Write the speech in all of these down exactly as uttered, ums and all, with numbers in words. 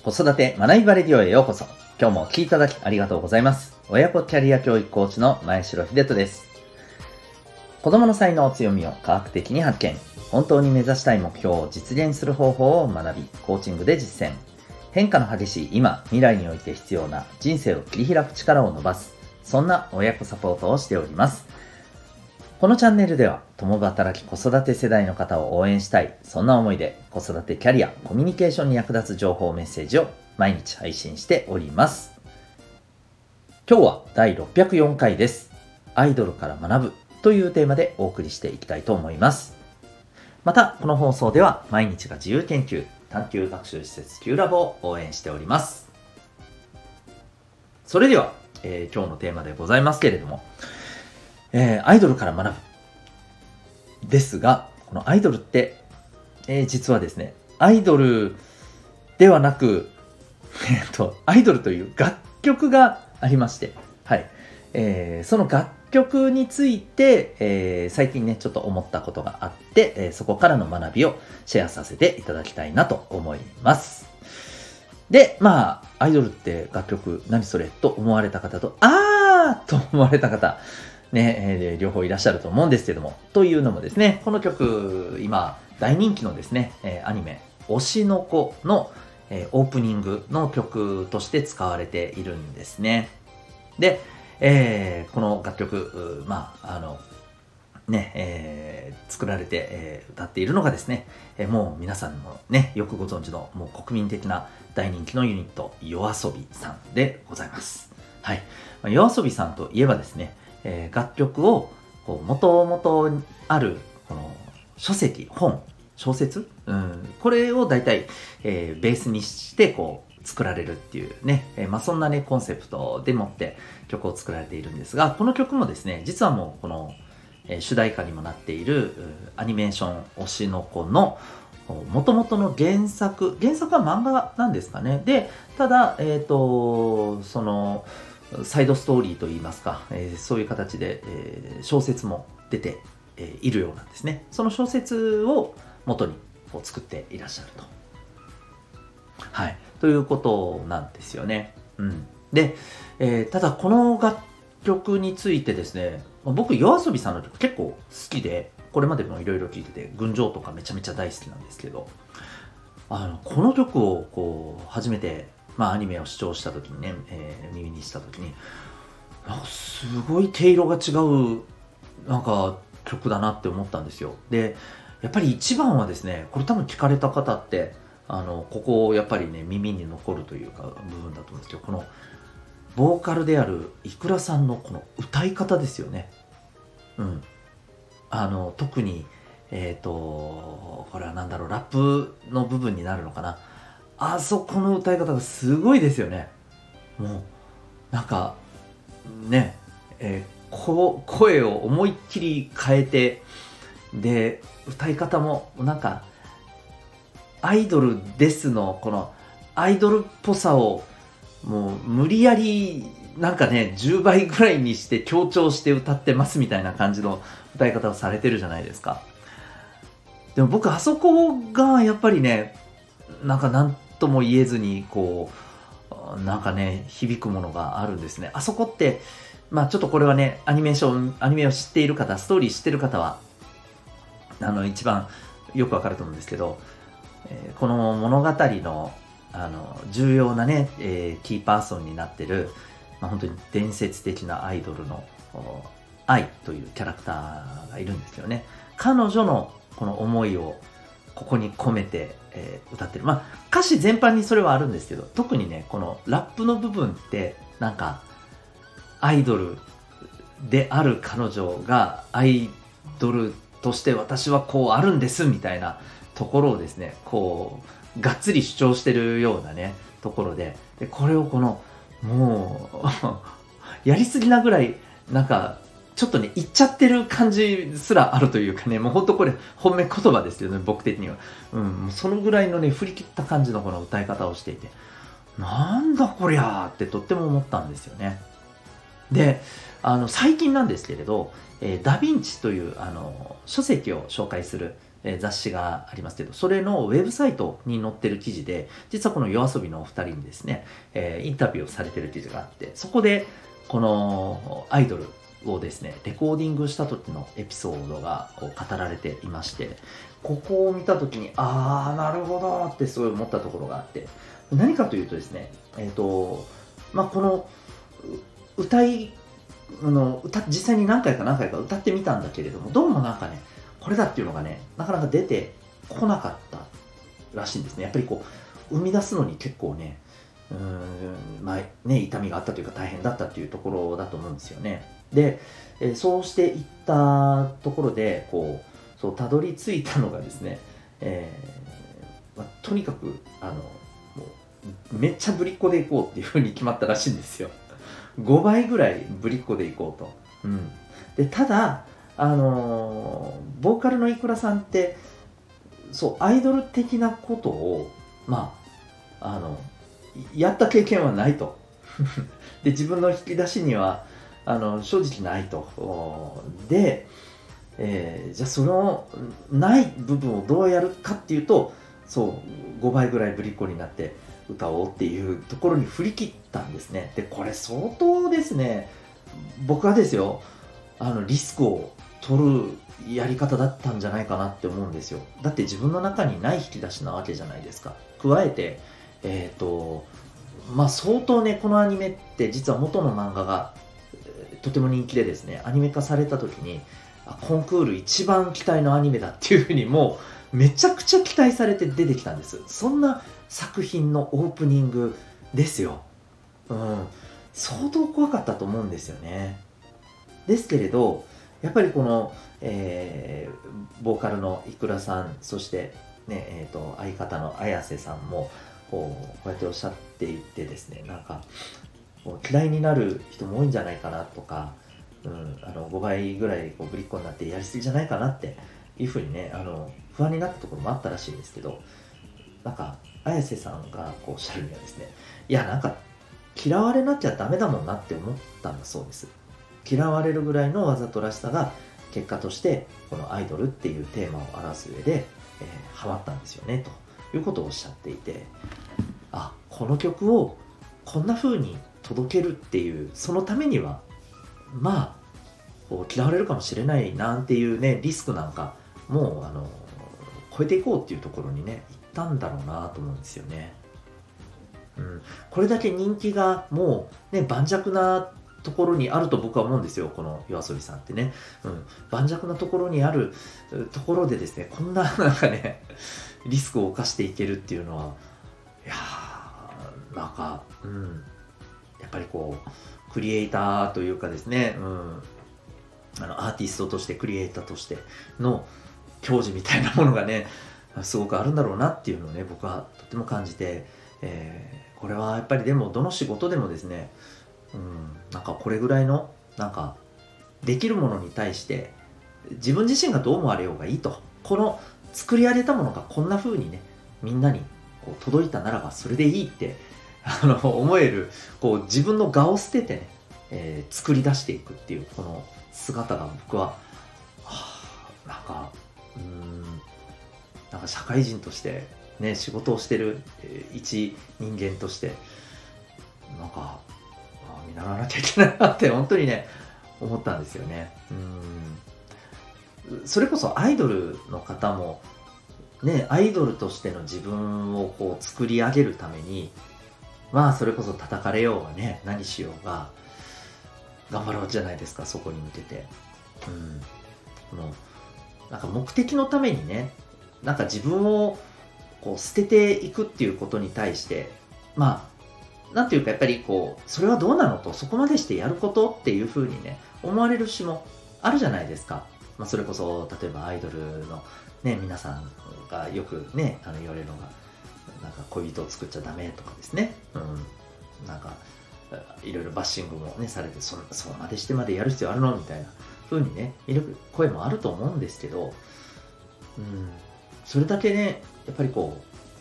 子育て学びバレディオへようこそ。今日もお聞きいただきありがとうございます。親子キャリア教育コーチの前城秀人です。子供の才能強みを科学的に発見。本当に目指したい目標を実現する方法を学び、コーチングで実践。変化の激しい今、未来において必要な人生を切り開く力を伸ばす。そんな親子サポートをしております。このチャンネルでは共働き子育て世代の方を応援したい、そんな思いで子育てキャリア、コミュニケーションに役立つ情報メッセージを毎日配信しております。今日はだいろっぴゃくよんかいです。アイドルから学ぶというテーマでお送りしていきたいと思います。またこの放送では毎日が自由研究、探究学習施設 Q ラボを応援しております。それでは、えー、今日のテーマでございますけれども、えー、アイドルから学ぶですが、このアイドルって、えー、実はですね、アイドルではなく、えー、とアイドルという楽曲がありまして、はいえー、その楽曲について、えー、最近ねちょっと思ったことがあって、えー、そこからの学びをシェアさせていただきたいなと思います。で、まあアイドルって楽曲何それと思われた方と、あーと思われた方ね、えー、両方いらっしゃると思うんですけども、というのもですね、この曲今大人気のですね、えー、アニメ推しの子の、えー、オープニングの曲として使われているんですね。で、えー、この楽曲、まああのね、えー、作られて、えー、歌っているのがですね、えー、もう皆さんもねよくご存知のもう国民的な大人気のユニット YOＡＳOBI さんでございます。はい、YOASOBI さんといえばですね、えー、楽曲をもともとあるこの書籍、本、小説、うん、これを大体、えー、ベースにしてこう作られるっていうね、えーまあ、そんなねコンセプトでもって曲を作られているんですが、この曲もですね実はもうこの、えー、主題歌にもなっているアニメーション推しの子の元々の原作原作は漫画なんですかね。でただえっ、ー、とそのサイドストーリーといいますか、えー、そういう形で、えー、小説も出て、えー、いるようなんですね。その小説を元にこう作っていらっしゃると。はい。ということなんですよね。うん。で、えー、ただこの楽曲についてですね、僕、YOASOBIさんの曲結構好きで、これまでもいろいろ聴いてて、群青とかめちゃめちゃ大好きなんですけど、あの、この曲をこう、初めてまあ、アニメを視聴した時にね、えー、耳にした時になんかすごい毛色が違うなんか曲だなって思ったんですよ。でやっぱり一番はですね、これ多分聞かれた方ってあのここやっぱりね耳に残るというか部分だと思うんですけど、このボーカルであるiKURAさんのこの歌い方ですよね。うんあの特にえっ、ー、とこれはなんだろう、ラップの部分になるのかな。あそこの歌い方がすごいですよね。もうなんかね、えー、こ声を思いっきり変えて、で歌い方もなんかアイドルですのこのアイドルっぽさをもう無理やりなんかねじゅうばいぐらいにして強調して歌ってますみたいな感じの歌い方をされてるじゃないですか。でも僕あそこがやっぱりね、なんかなんとも言えずにこうなんかね響くものがあるんですね。あそこってまあちょっとこれはねアニメーションアニメを知っている方、ストーリー知っている方はあの一番よくわかると思うんですけど、えー、この物語のあの重要なね、えー、キーパーソンになってる、まあ、本当に伝説的なアイドルの愛というキャラクターがいるんですよね。彼女のこの思いをここに込めて、えー、歌ってる。まあ歌詞全般にそれはあるんですけど、特にねこのラップの部分ってなんかアイドルである彼女がアイドルとして私はこうあるんですみたいなところをですねこうがっつり主張してるようなねところで、でこれをこのもうやりすぎなぐらいなんかちょっとね言っちゃってる感じすらあるというかね、もうほんとこれ本命言葉ですよね、僕的には。うん、そのぐらいのね振り切った感じのこの歌い方をしていて、なんだこりゃーってとっても思ったんですよね。であの、最近なんですけれど、えーダヴィンチという、あの、書籍を紹介する、えー雑誌がありますけど、それのウェブサイトに載ってる記事で、実はこの夜遊びのお二人にですね、えーインタビューをされてる記事があって、そこで、このアイドルをですね、レコーディングした時のエピソードがこう語られていまして、ここを見た時に、あー、なるほどってすごい思ったところがあって、何かというとですね、えっ、と、まあ、この、う歌い、あの歌実際に何回か何回か歌ってみたんだけれども、どうもなんかね、これだっていうのがね、なかなか出てこなかったらしいんですね。やっぱりこう、生み出すのに結構ね、うーん、まあね、痛みがあったというか大変だったっていうところだと思うんですよね。で、えーそうしていったところで、こう、そう、たどり着いたのがですね、えーまあ、とにかく、あの、もう、めっちゃぶりっ子でいこうっていうふうに決まったらしいんですよ。ごばいぐらいぶりっ子でいこうと。うん。で、ただ、あのーボーカルのいくらさんって、そう、アイドル的なことを、まあ、あの、やった経験はないと。で、自分の引き出しには、あの、正直ないと。おで、えーじゃあそのない部分をどうやるかっていうと、そうごばいぐらいぶりっ子になって歌おうっていうところに振り切ったんですね。でこれ相当ですね、僕はですよ、あのリスクを取るやり方だったんじゃないかなって思うんですよ。だって自分の中にない引き出しなわけじゃないですか。加えてえっ、とまあ相当ね、このアニメって実は元の漫画がえーとても人気でですね、アニメ化された時にあコンクール一番期待のアニメだっていうふうにもうめちゃくちゃ期待されて出てきたんです。そんな作品のオープニングですよ。うん。相当怖かったと思うんですよね。ですけれど、やっぱりこの、えーボーカルのいくらさん、そしてね、えーと、相方の綾瀬さんも、こう、こうやっておっしゃっていてですね、なんか、こう嫌いになる人も多いんじゃないかなとか、うん、あのごばいぐらいこうぶりっ子になってやりすぎじゃないかなっていうふうにね、あの不安になったところもあったらしいんですけど、なんか綾瀬さんがこうおっしゃるにはですね、いやなんか嫌われなきゃダメだもんなって思ったんだそうです。嫌われるぐらいのわざとらしさが結果としてこのアイドルっていうテーマを表す上で、えーハマったんですよねということをおっしゃっていて、あ、この曲をこんな風に届けるっていうそのためにはまあこう嫌われるかもしれないなんていうねリスクなんかもうあの超えていこうっていうところにね行ったんだろうなと思うんですよね。うん、これだけ人気がもうね盤石なところにあると僕は思うんですよ、この夜遊びさんってね。うん、盤石なところにあるうところでですね、こんななんかねリスクを冒していけるっていうのは、いやーなんか、うん、やっぱりこうクリエイターというかですね、うん、あのアーティストとしてクリエイターとしての矜持みたいなものがねすごくあるんだろうなっていうのをね僕はとても感じて、えーこれはやっぱりでもどの仕事でもですね、うん、なんかこれぐらいのなんかできるものに対して自分自身がどう思われようがいいと、この作り上げたものがこんな風にねみんなにこう届いたならばそれでいいってあの思えるこう自分の我を捨ててね、えー作り出していくっていうこの姿が僕は、はあ、なんかうーんなんか社会人としてね仕事をしてる、えー一人間としてなんかあ見習わなきゃいけないなって本当にね思ったんですよね。うんそれこそアイドルの方もねアイドルとしての自分をこう作り上げるためにまあそれこそ叩かれようがね何しようが頑張ろうじゃないですか、そこに向けて。うん、このなんか目的のためにねなんか自分をこう捨てていくっていうことに対してまあなんていうかやっぱりこうそれはどうなのとそこまでしてやることっていうふうにね思われる詩もあるじゃないですか。まあ、それこそ例えばアイドルのね皆さんがよくねあの言われるのがなんか恋人を作っちゃダメとかですね、うん、なんかいろいろバッシングもねされてそそこまでしてまでやる必要あるのみたいな風にね見る声もあると思うんですけど、うん、それだけねやっぱりこ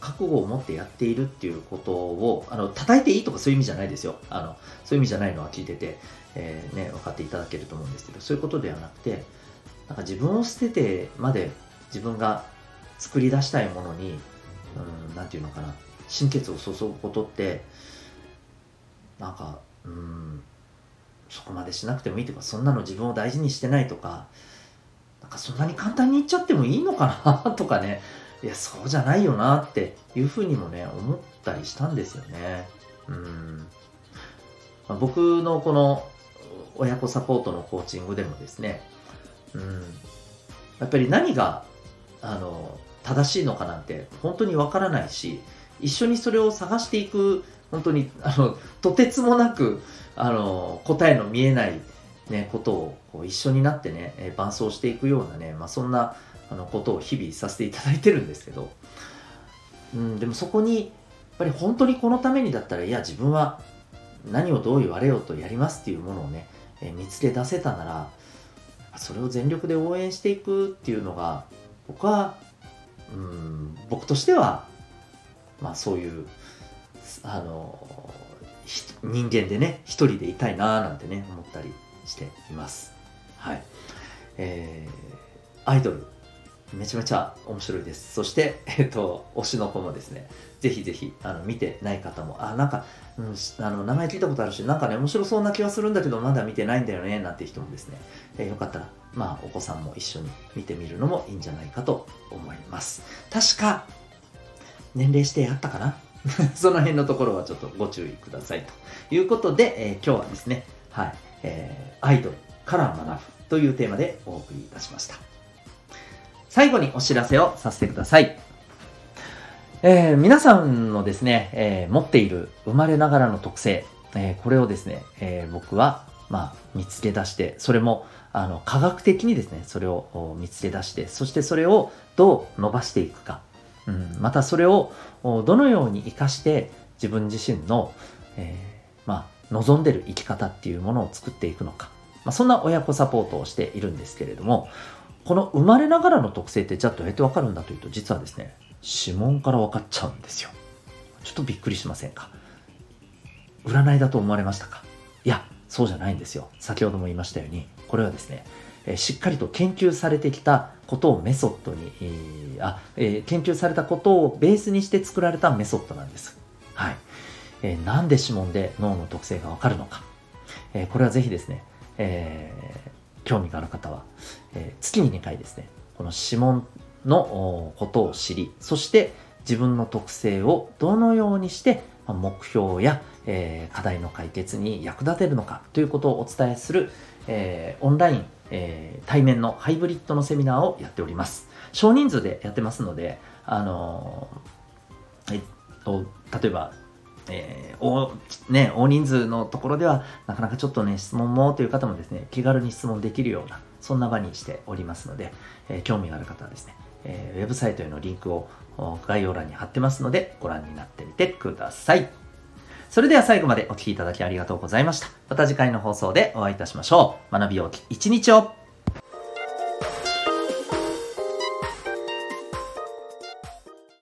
覚悟を持ってやっているっていうことを、あの、叩いていいとかそういう意味じゃないですよ。あの、そういう意味じゃないのは聞いてて、えー、ね、分かっていただけると思うんですけど、そういうことではなくて、なんか自分を捨ててまで自分が作り出したいものに、うん、なんていうのかな、心血を注ぐことって、なんか、うん、そこまでしなくてもいいとか、そんなの自分を大事にしてないとか、なんかそんなに簡単に言っちゃってもいいのかなとかね、いや、そうじゃないよなっていうふうにもね、思ったりしたんですよね。うん。まあ、僕のこの親子サポートのコーチングでもですね、うん、やっぱり何が、あの、正しいのかなんて本当にわからないし、一緒にそれを探していく、本当に、あの、とてつもなく、あの、答えの見えない、ね、ことをこう一緒になってね、えー伴走していくようなね、まあ、そんなあのことを日々させていただいてるんですけど、うん、でもそこに、やっぱり本当にこのためにだったら、いや、自分は何をどう言われようとやりますっていうものをね、えー見つけ出せたなら、それを全力で応援していくっていうのが、僕は、うん、僕としては、まあそういう、あの、ひ人間でね、一人でいたいなーなんてね、思ったりしています。はい。えー、アイドル、めちゃめちゃ面白いです。そして、えっと、推しの子もですね、ぜひぜひ、あの、見てない方も、あ、なんか、うん、しあの、名前聞いたことあるし、なんかね、面白そうな気はするんだけど、まだ見てないんだよね、なんて人もですね、えーよかったら、まあ、お子さんも一緒に見てみるのもいいんじゃないかと思います。確か、年齢指定あったかなその辺のところはちょっとご注意くださいということで、えー今日はですね、はい、えーアイドルから学ぶというテーマでお送りいたしました。最後にお知らせをさせてください。えー皆さんのですね、えー持っている生まれながらの特性、えーこれをですね、えー僕は、まあ、見つけ出して、それも、あの、科学的にですね、それをお見つけ出して、そしてそれをどう伸ばしていくか、うん、またそれをおどのように活かして自分自身の、えーまあ、望んでる生き方っていうものを作っていくのか、まあ、そんな親子サポートをしているんですけれども、この生まれながらの特性ってじゃあどうやってわかるんだというと、実はですね、指紋から分かっちゃうんですよ。ちょっとびっくりしませんか？占いだと思われましたか？いや、そうじゃないんですよ。先ほども言いましたように、これはですね、えーしっかりと研究されてきたことをメソッドに、えーあえー研究されたことをベースにして作られたメソッドなんです。はい。えーなんで指紋で脳の特性がわかるのか。えーこれはぜひですね、えー興味がある方は、えー月ににかいですね、この指紋のおことを知り、そして自分の特性をどのようにしてまあ目標や、えー課題の解決に役立てるのかということをお伝えする、えーオンライン、えー対面のハイブリッドのセミナーをやっております。少人数でやってますので、あのーえっと、例えば、えー大ね、大人数のところではなかなかちょっとね、質問もという方もですね、気軽に質問できるような、そんな場にしておりますので、えー興味がある方はですね、えーウェブサイトへのリンクをお概要欄に貼ってますので、ご覧になってみてください。それでは最後までお聞きいただきありがとうございました。また次回の放送でお会いいたしましょう。学びようき一日を。